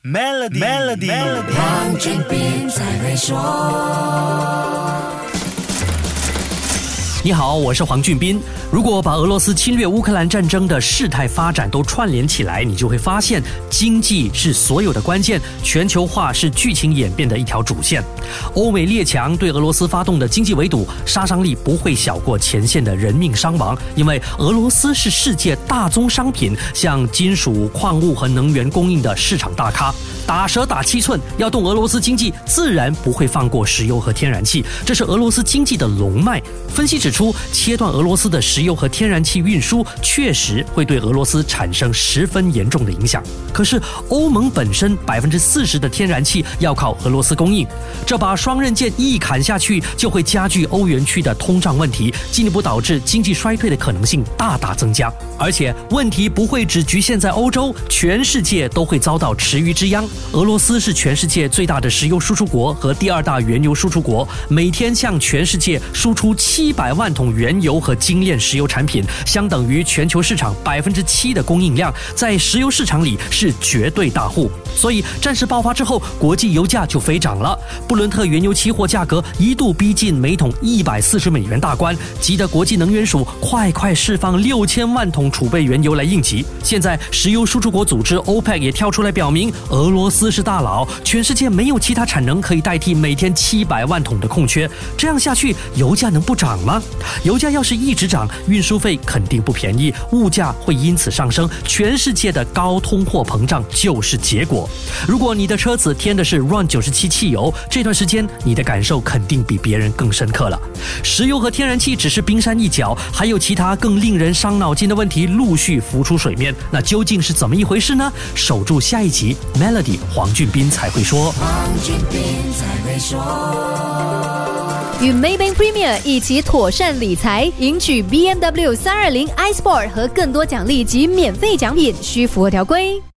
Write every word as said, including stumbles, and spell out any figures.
Melody, Melody, Melody. 黄俊斌才会说。 你好，我是黄俊斌。如果把俄罗斯侵略乌克兰战争的事态发展都串联起来，你就会发现，经济是所有的关键，全球化是剧情演变的一条主线。欧美列强对俄罗斯发动的经济围堵，杀伤力不会小过前线的人命伤亡，因为俄罗斯是世界大宗商品，像金属、矿物和能源供应的市场大咖。打蛇打七寸，要动俄罗斯经济，自然不会放过石油和天然气，这是俄罗斯经济的龙脉。分析指出，切断俄罗斯的石油和天然气运输，确实会对俄罗斯产生十分严重的影响。可是，欧盟本身百分之四十的天然气要靠俄罗斯供应，这把双刃剑一砍下去，就会加剧欧元区的通胀问题，进一步导致经济衰退的可能性大大增加。而且，问题不会只局限在欧洲，全世界都会遭到池鱼之殃。俄罗斯是全世界最大的石油输出国和第二大原油输出国，每天向全世界输出七百万桶原油和精炼石油产品，相等于全球市场百分之七的供应量，在石油市场里是绝对大户。所以战事爆发之后，国际油价就飞涨了。布伦特原油期货价格一度逼近每桶一百四十美元大关，急得国际能源署快快释放六千万桶储备原油来应急。现在石油输出国组织 O P E C 也跳出来表明，俄罗斯是大佬，全世界没有其他产能可以代替每天七百万桶的空缺。这样下去，油价能不涨吗？油价要是一直涨，运输费肯定不便宜，物价会因此上升，全世界的高通货膨胀就是结果。如果你的车子添的是 R O N 九十七汽油，这段时间你的感受肯定比别人更深刻了。石油和天然气只是冰山一角，还有其他更令人伤脑筋的问题陆续浮出水面。那究竟是怎么一回事呢？守住下一集 Melody 黄俊斌才会说。 黄俊斌才会说。 与 Maybank Premier 一起妥善理财，赢取 B M W 三二零 iSport 和更多奖励及免费奖品，需符合条规。